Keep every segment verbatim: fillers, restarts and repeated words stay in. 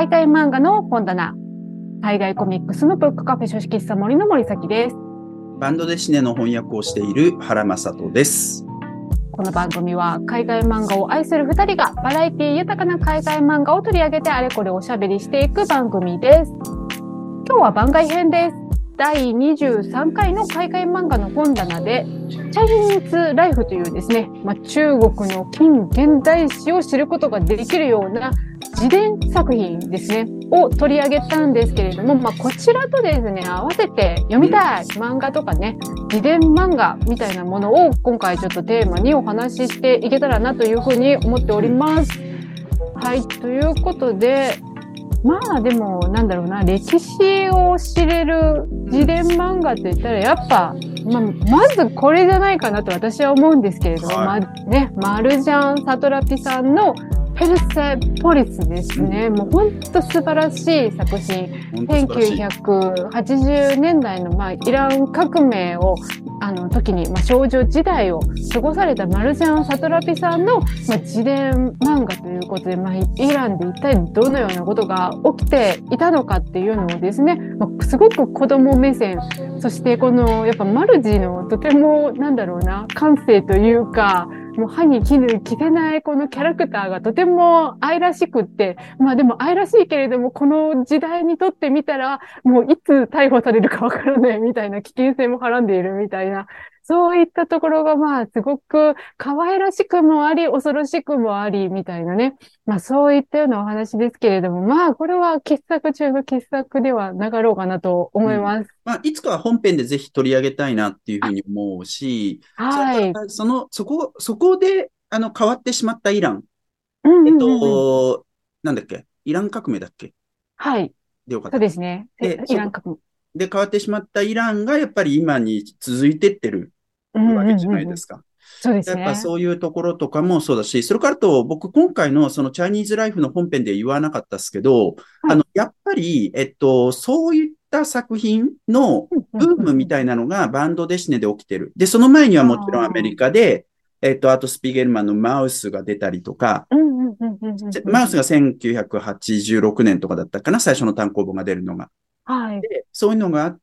海外漫画の本棚、海外コミックスのブックカフェ書式喫茶森の森崎です。 バンドデシネの翻訳をしている原正人です。 この番組は海外漫画を愛するふたりがバラエティ豊かな海外漫画を取り上げてあれこれおしゃべりしていく番組です。今日は番外編です。だいにじゅうさんかいの海外漫画の本棚でチャイニーズライフというですね、まあ、中国の近現代史を知ることができるような自伝作品ですねを取り上げたんですけれども、まあ、こちらとですね合わせて読みたい漫画とかね自伝漫画みたいなものを今回ちょっとテーマにお話ししていけたらなというふうに思っております。はい、ということでまあでもなんだろうな歴史を知れる自伝漫画って言ったらやっぱ、まあ、まずこれじゃないかなと私は思うんですけれども、 はいまあね、マルジャン・サトラピさんのペルセポリスですね。もう本当素晴らしい作品。せんきゅうひゃくはちじゅうねんだいの、まあ、イラン革命をあの時に、まあ、少女時代を過ごされたマルジャン・サトラピさんの、まあ、自伝漫画ということで、まあ、イランで一体どのようなことが起きていたのかっていうのをですね、まあ、すごく子供目線、そしてこのやっぱマルジのとてもなんだろうな感性というかもう歯に衣着せないこのキャラクターがとても愛らしくって、まあでも愛らしいけれども、この時代にとってみたら、もういつ逮捕されるかわからないみたいな危険性もはらんでいるみたいな、そういったところがまあすごく可愛らしくもあり、恐ろしくもあり、みたいなね。まあそういったようなお話ですけれども、まあこれは傑作中の傑作ではなかろうかなと思うん。 います。 まあ、いつかは本編でぜひ取り上げたいなっていうふうに思うし、それかはい。 ら、その、そこ、そこで、あの、変わってしまったイラン。 うんえっうんうんうん。 と、なんだっけイラン革命だっけはい。そうでよかったっけですね。 で、そこイラン核。 で変わってしまったイランが、やっぱり今に続いてってるうんうわけじゃんうんうん。 ないですか。 そうですやっぱね。 そういうところとかもそうだし、それからと僕今回のそのチャイニーズライフの本編で言わなかったですけど、 はい。 あの、やっぱり、えっと、そういった作品のうんうブーんうんうん。 ムみたいなのがバンドデシネで起きてる。で、その前にはあもちろんアメリあ。 カで、えっと、あとスピーゲルマンのマウスが出たりとか、 うんうんうんうんうんうんうん。 マウスがせんきゅうひゃくはちじゅうろくねんとかだったかな、最初の単行本が出るのが。 はい。 で、そういうのがあって、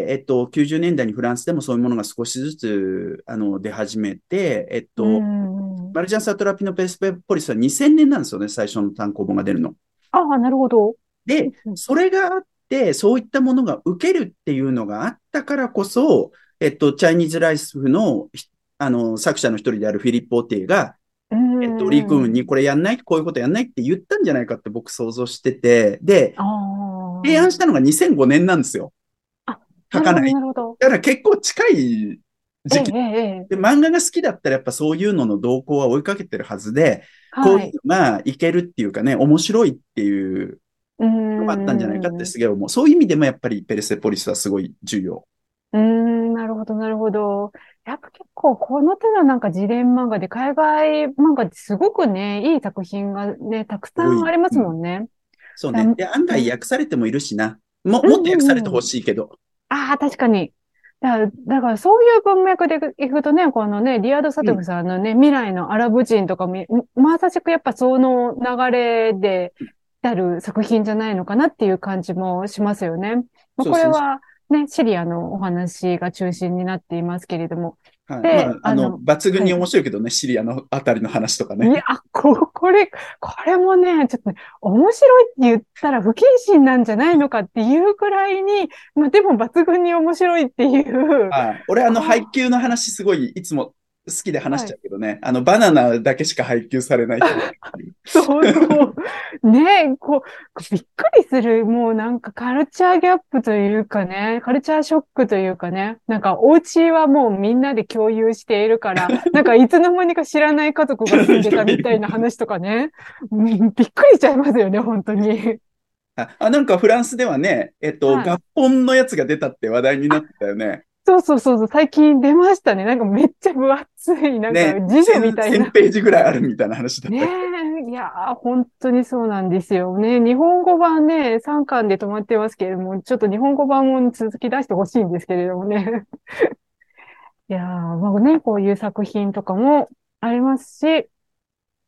えっと、きゅうじゅうねんだいにフランスでもそういうものが少しずつ、あの、出始めて、えっうと、 んうん。 マルジャン・サトラピのペースペポリスはにせんねんなんですよね、最初の単行本が出るの。 ああ、なるほど。うで、 んうん。 それがあって、そういったものが受けるっていうのがあったからこそ、えっと、チャイニーズ・ライスの、あの、作者の一人であるフィリップ・オティが、 うえっと、リー君ん。 にこれやんないこういうことやんないって言ったんじゃないかって僕想像してて、で、 ああ。 提案したのがにせんごねんなんですよ。 あ、なるほど、 書かない。 なるほど。 だから結構近いええ、 時期ええ、えで、 え。 漫画が好きだったらやっぱそういうのの動向は追いかけてるはずで、こういうはい。 のがいけるっていうかね、面白いっていううーのがあったんじゃないかってん。うすげえ思う。そういう意味でもやっぱりペルセポリスはすごい重要。 ーん、なるほど、なるほど。やっぱ結構この手のなんか自伝漫画で海外漫画ってすごくね、いい作品がね、たくさ多い。 んありまうん。 すもんね。だ、 そうね。 うん、 で、案外訳されてもいるしな。も、もっと訳されてほうんうん。 しいけど。 ああ、確かに。だ、だからそういう文脈でいくとね、このね、リアド・サうん。 トフさんのね、未来のアラブ人とかも、まさしくやっぱその流れである作品じゃないのかなっていう感じもしますよね。まあ、 そうですね。 これはね、シリアのお話が中心になっていますけれども。 はい。まで、 あ、あの、 あの、 抜群にはい。 面白いけどね、シリアのあたりの話とかね。 いや、こ、これ、これもね、ちょっとね、面白いって言ったら不謹慎なんじゃないのかっていうくらいに、まあでも抜群に面白いっていう、 はい。俺、あの、 こ配給の話すごいいつも好きでう、 話しはい。 ちゃうけどね。あの、バナナだけしか配給されないっていう。 そうそう。ねえ、こう、びっくりする、もうなんかカルチャーギャップというかね、カルチャーショックというかね、なんかお家はもうみんなで共有しているから、なんかいつの間にか知らない家族が住んでたみたいな話とかね、うんびっくりしちゃいますよね、本当に。 あ、あなんかフランスではね、えっと、 はい。 合本のやつが出たって話題になってたよね。 そうそうそうそう、最近出ましたね。なんかめっちゃ分厚い、なんかね、 辞書みせん、 たいな。 ページぐらいあるみたいな話だっねたよ。 え、いやー、本当にそうなんですよね。日本語版ね、さんかんで止まってますけれども、ちょっと日本語版も続き出してほしいんですけれどもね。いやー、まあね、こういう作品とかもありますし、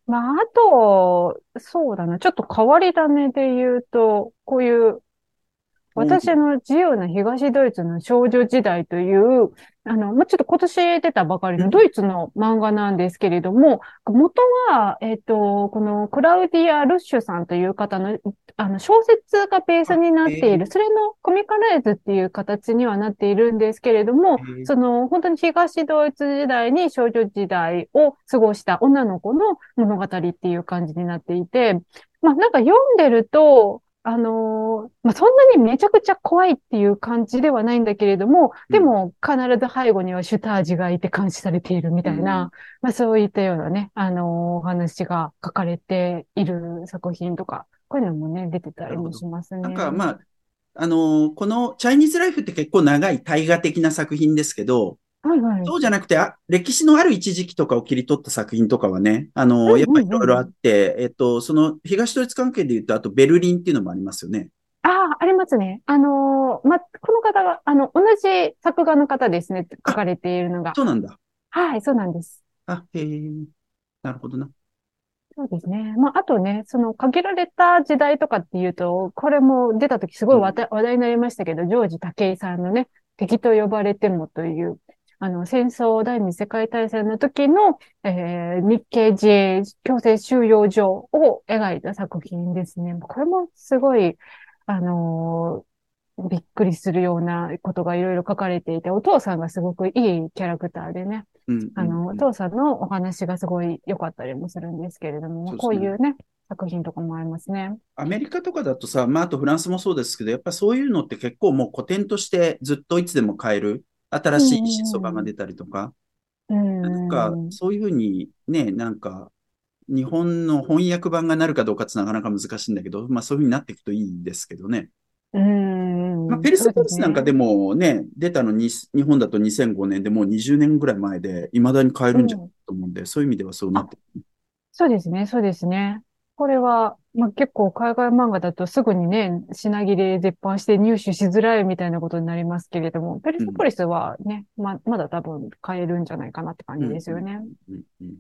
まあ、あと、そうだな。ちょっと変わり種で言うと、こういううん。 私の自由な東ドイツの少女時代という、あの、まあ、ちょっと今年出たばかりのドイツの漫画なんですけれども、元は、えっと、このクラウディア・ルッシュさんという方の、あの、小説がベースあ、 になっている、 えー、 それのコミカライズっていう形にはなっているんですけれども、 えー、 その、本当に東ドイツ時代に少女時代を過ごした女の子の物語っていう感じになっていて、まあ、なんか読んでると、あのーまあ、そんなにめちゃくちゃ怖いっていう感じではないんだけれども、 うん、 でも必ず背後にはシュタージがいて監視されているみうん。 たいな、まあ、そういったようなね、あのーお話が書かれている作品とか、こういうのもね、出てたなるほど。 りもしますなんか、 ね。 まあ、あのーこのチャイニーズライフって結構長い大河的な作品ですけど、 はいはい。 そうじゃなくて、あ、歴史のある一時期とかを切り取った作品とかはね、あのーやっうんぱりいろいろあっうんうん。 て、えっと、その東ドイツ関係で言うと、あとベルリンっていうのもありますよね。 ああ、ありますね。あのーま、この方が、あの、同じ作画の方ですね、書あ、 かれているのが。 そうなんだ。 はい、そうなんです。 あ、へえ、なるほどな。 そうですね。まあ、あとね、その限られた時代とかっていうと、これも出た時すごい話うん。 題話題になりましたけど、ジョージ武井さんのね、敵と呼ばれてもという、あの、戦争第二次世界大戦の時の、えー日系自衛強制収容所を描いた作品ですね。これもすごい、あのーびっくりするようなことがいろいろ書かれていて、お父さんがすごくいいキャラクターでね、 うん、うん、 あの、おうん。 父さんのお話がすごい良かったりもするんですけれども、 そうですね。 こういうね、作品とかもありますね。 アメリカとかだとさ、まあ、あとフランスもそうですけど、やっぱそういうのって結構もう古典としてずっといつでも買える新うしい思想版がん、 出たりとか、 うなんかん、うん、 そういうふうにね、なんか日本の翻訳版がなるかどうかってなかなか難しいんだけど、まあそういうふうになっていくといいですけどね。 うん、 まあ、 うんペルセポリそうですね。 スなんかでもね、出たのに日本だとにせんごねんでもうにじゅうねんぐらい前で、未だに買えるんじゃないうん。 かと思うんで、そういう意味ではそうなっあ、 てそうですね、そうですね。これは、まあ、結構海外漫画だとすぐにね、品切れ絶版して入手しづらいみたいなことになりますけれども、ペルる。うん。 セポリスはね、ま、まだ多分買えるんじゃないかなって感じうん。うん。 ですよね。 うん。うん。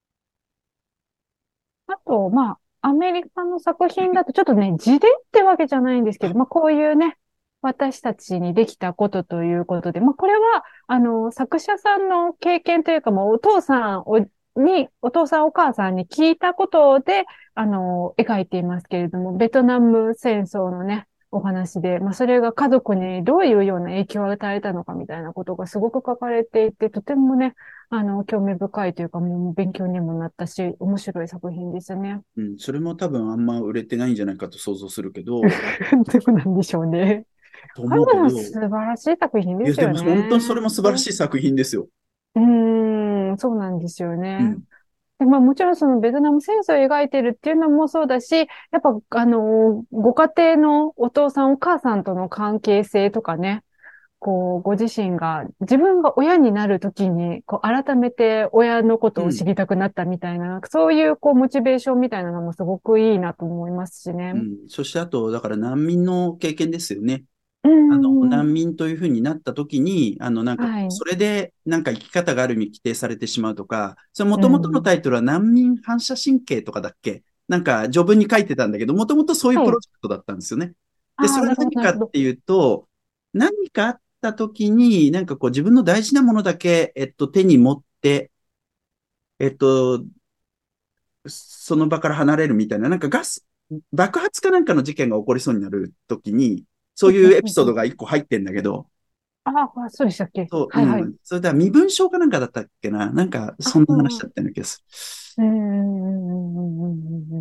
あと、まあ、アメリカの作品だとちょっとね、自伝ってわけじゃないんですけど、まあ、こういうね、私たちにできたことということで、まあ、これは、あの、作者さんの経験というか、もうお父さんをに、お父さんお母さんに聞いたことで、あの、描いていますけれども、ベトナム戦争のね、お話で、まあ、それが家族にどういうような影響を与えたのかみたいなことがすごく書かれていて、とてもね、あの、興味深いというか、もう勉強にもなったし、面白い作品ですね。 うん、それも多分あんま売れてないんじゃないかと想像するけど、 どうなんでしょうね。 とこれも思うけど、 素晴らしい作品いや、でもですよ本当にそれね。 も素晴らしい作品ですよ。 うーん、そうなんですよね。 うん。 で、まあもちろんそのベトナム戦争を描いてるっていうのもそうだし、やっぱあの、ご家庭のお父さんお母さんとの関係性とかね、こう、ご自身が、自分が親になるときに、こう、改めて親のことうん。 を知りたくなったみたいな、なんかそういう、こう、モチベーションみたいなのもすごくいいなと思いますしね。 うん。そしてあと、だから難民の経験ですよね。 うあの、 ん、 難民というふうになった時に、あの、なんか、 はい。 それで、なんか生き方がある意味規定されてしまうとか、そのう元々のタん。 イトルは難民反射神経とかだっけなんか、序文に書いてたんだけど、もともとそういうはい。 プロジェクトだったんですよね。で、そああ、 れはなるほど、 何なるほど。 かっていうと、何かあった時に、なんかこう自分の大事なものだけ、えっと、手に持って、えっと、その場から離れるみたいな、なんかガス、爆発かなんかの事件が起こりそうになる時に、そういうエピソードが一個入ってんだけど、 ああ、そうでしたっけ。 そう、 はいはい。 うん。それでは身分証かなんかだったっけななんか、 あそんな話だっあ、 たような気がすうん、うん、うん、うん、うん、うん。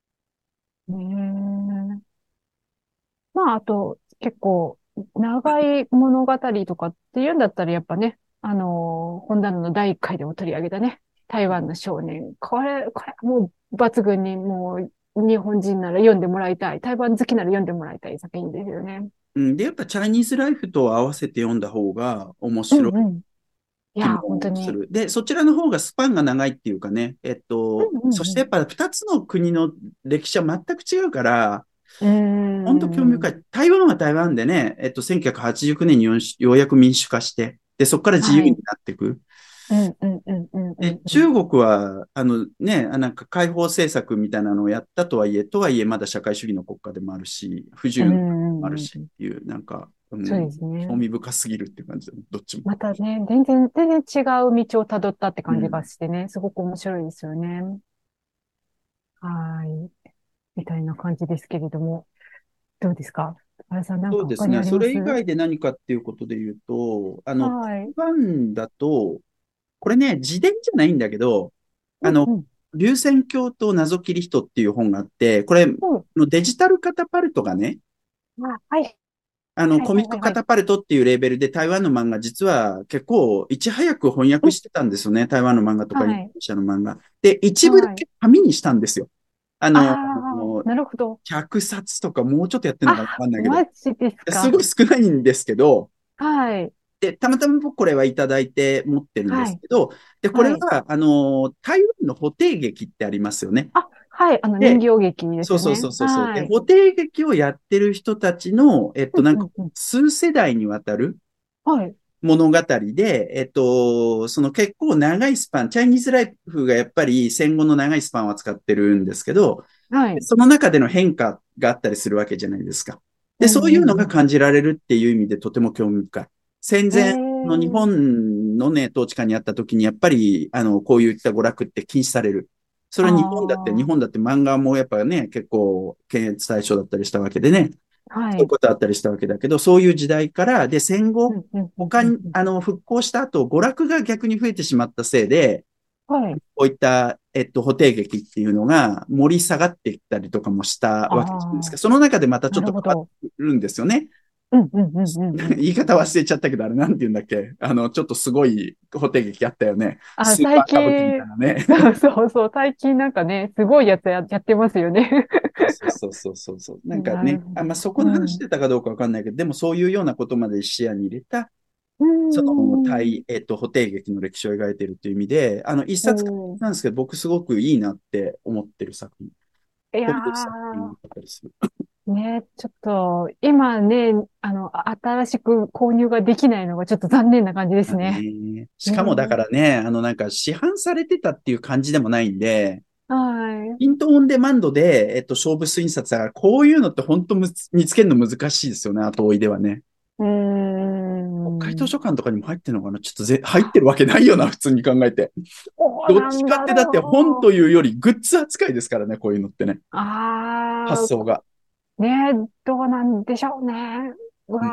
ねえ。まあ、あと、結構、長い物語とかっていうんだったら、やっぱね、あのー、本棚のだいいっかいでも取り上げたね、台湾の少年。これ、これ、もう、抜群に、もう、日本人なら読んでもらいたい。台湾好きなら読んでもらいたい作品ですよね。 る。うん。で、やっぱチャイニーズライフと合わせて読んだ方が面白いうんうん。い気や、本当に。 もする。で、そちらの方がスパンが長いっていうかね、えっと、 うんうんそしてやっぱ二つの国の歴史は全く違うから、 うん。 本当興味うーん。 深い。台湾は台湾でね、えっと、せんきゅうひゃくはちじゅうきゅうねんによんようやく民主化して、で、そこから自由にはい。 なっていく。 うん、うん、うん、うん、うで、 ん。うん中国は、あのね、あなんか開放政策みたいなのをやったとはいえ、とはいえまだ社会主義の国家でもあるし、不自う由な国もあるん、うん。 しっていう、なんか、うそうでん、 すね。 興味深すぎるっていう感じだね、どっちも。 またね、全然、全然違う道をたどったって感じがうん。 してね、すごく面白いですよね。はい。みたいな感じですけれども、どうですか？あやさん、なんか他そうですね。 にあります？ それ以外で何かっていうことで言うと、あの、台はい。 湾だと、これね、自伝じゃないんだけど、あの、 うん、うん。 流線形と謎切り人っていう本があって、これ、 うん。 デジタルカタパルトがね、 あ、はい。 あの、 はい、 コミッはい、はい、はい。 クカタパルトっていうレーベルで台湾の漫画実は結構いち早く翻うん。 訳してたんですよね。台湾の漫画とかインドはい。 ネシアの漫画。で、一部だはい。 け紙にしたんですよ。ああの、 あ、なるほど。 ひゃくさつとかもうちょっとやってるのかわあ、 かんないけど、 マジですすごいか？ 少ないんですけど、 はい。 で、たまたま僕これはいただいて持ってるんではい。 すけど、で、これはい。 は、あの、台湾の布袋劇ってありますよね。 あ、はい。あの、人で、 形劇ですそうそうそよね。 うそうそう。で、 はい。 布袋劇をやってる人たちの、えっと、 うん、 なんか、 うん、うん。 数世代にわたるはい。 物語で、えっと、その結構長いスパン、チャイニーズライフがやっぱり戦後の長いスパンを扱ってるんですけど、 はい。 その中での変化があったりするわけじゃないですか。で、 うん、 そういうのうん、 が感じられるっていう意味でとても興味深い。戦うん。 前の日ええ、 本のね、統治下にあった時に、やっぱり、あの、こういった娯楽って禁止される。それあは日本だって、日あ、 本だって漫画もやっぱね、結構検閲対象だったりしたわけでね、 はい。 そういうことあったりしたわけだけど、そういう時代から、で、戦後、 うん、うん、うん、 他に、 うん。うん、 あの、復興した後、娯楽が逆に増えてしまったせいで、 はい。 こういった、えっと、布袋劇っていうのが盛り下がっていったりとかもしたあわけじゃないですか。 あ、 その中でまたちょっと変わっなるほど。 てるんですよね。 うん、うん、うん、うん、うん。 言い方忘れちゃったけど、あれなんて言うんだっけ？あの、ちょっとすごい布袋劇あったよね。 あ、 スーパ最ー歌舞伎みた近、 いなね。 そうそうそう、最近なんかね、すごいやつや、やってますよね。 そうそうそうそうそう。なんかね、 なるほあ、まあ、そこど。 のうん。 話してたかどうかわかんないけど、でもそういうようなことまで視野に入れた、 うその、 ん。 対、えっと、布袋劇の歴史を描いているという意味で、あの、一冊おー。 なんですけど、僕すごくいいなって思ってる作品。 いやこういう作品ー、 だったりする。 ね、ちょっと、今ね、あの、あ新しく購入ができないのがちょっと残念な感じでまあすね。 ね。しかもだかね。 らね、あのなんか市販されてたっていう感じでもないんで、 はい。 イントオンデマンドで、えっと、勝負印刷だから、こういうのって本当む見つけるの難しいですよね、後追いではね。 うー国会図ん。 書館とかにも入ってるのかな？ちょっとぜ、入ってるわけないよな、普通に考えて。 どうどっちなんだかってだって本とろいうよりグッズ扱いですからね、こういうのってね。 う。ああ、こ発想が。 ね、どうなんでしょうね。ううん。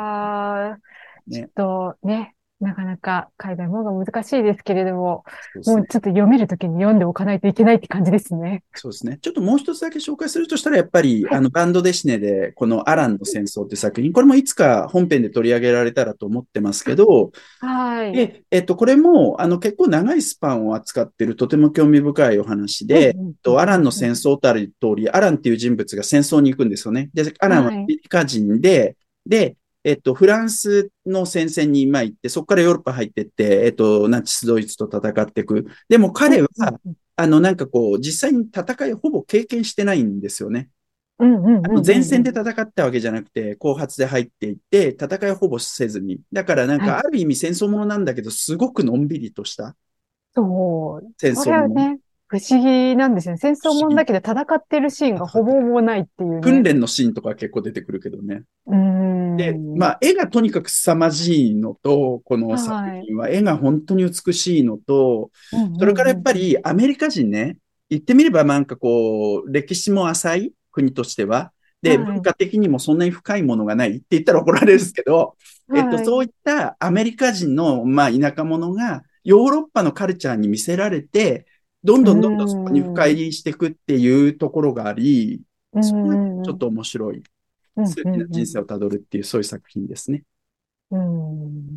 わー、ちね。 ょっとね、なかなか海外ものが難しいですけれども、 そうですね。 もうちょっと読めるときに読んでおかないといけないって感じですね。 そうですね。ちょっともう一つだけ紹介するとしたら、やっぱり、 はい。 あの、バンドデシネで、このアランの戦争って作品、これもいつか本編で取り上げられたらと思ってますけど、 はい。 で、えっと、これも、あの、結構長いスパンを扱ってるとても興味深いお話うん、 で、えっうん、うん、 と、アランのうん。 戦争とある通り、アランっていう人物が戦争に行くんですよね。で、アランはアはい。 メリカ人で、で、えっと、フランスの戦線に今行って、そこからヨーロッパ入ってって、えっと、ナチス・ドイツと戦っていく。でもうん、 彼は、 うん、うん。 あの、なんかこう、実際に戦いをほぼ経験してないんですよね。 うん、うん、うん、うん。 前線でうん、 戦ったわけじゃなくて、後発で入っていって、戦いをほぼせずに。だからなんか、 はい。 ある意味戦争ものなんだけど、すごくのんびりとしたそう。それ戦争もの。 はね、不思議なんですよね。戦争不思議。 もんだけど戦ってるシーンがほぼほぼないっていうね。 訓練のシーンとか結構出てくるけどね。 うーで、 ん。 まあ、絵がとにかく凄まじいのと、この作はい。 品は絵が本当に美しいのと、 うん、うん、 それからやっうん。うん、 ぱりアメリカ人ね、言ってみればなんかこう、歴史も浅い国としては、で、文はい。 化的にもそんなに深いものがないって言ったら怒られるんですけど、えっと、 はい。 そういったアメリカ人の、まあ、田舎者がヨーロッパのカルチャーに見せられて、どんうーどんどんどんそこに深入ん。 りしていくっていうところがあり、 うそれがん、うん、 ちょっと面白い。 うん、うん、 数奇なうん。 人生をたどるっていう、そういう作品ですね。 うん。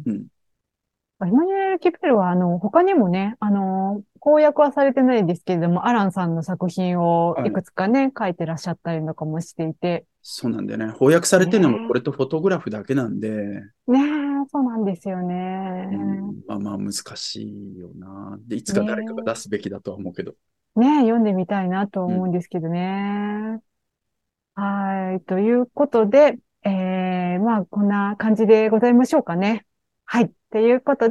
うん。 イマニュエル・キプルは、あの、他にもね、あの、公約はされてないですけれども、アランさんの作品をいはい。 くつかね、書いてらっしゃったりとかもしていて、 そうなんだよね。翻訳されてるのがこねれとフォトグラフだけなんで、 え、ねえ、そうなんですようね。 ん、まあまあ難しいよな。で、いつか誰かが出ねすべきだとは思うけど。 え、ねえ、読んでみたいなとうん。 思うんですけどね。はい。ということで、えー、まあ、こんな感じでございましょうかね。はい。ということで、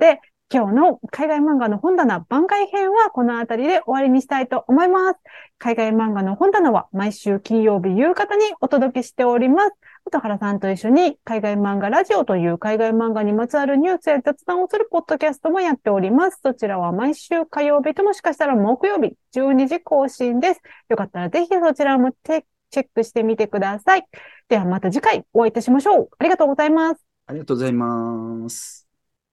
今日の海外漫画の本棚番外編はこのあたりで終わりにしたいと思います。海外漫画の本棚は毎週金曜日夕方にお届けしております。音原さんと一緒に海外漫画ラジオという海外漫画にまつわるニュースや雑談をするポッドキャストもやっております。そちらは毎週火曜日ともしかしたら木曜日じゅうにじ更新です。よかったらぜひそちらもチェックしてみてください。ではまた次回お会いいたしましょう。ありがとうございます。 ありがとうございます。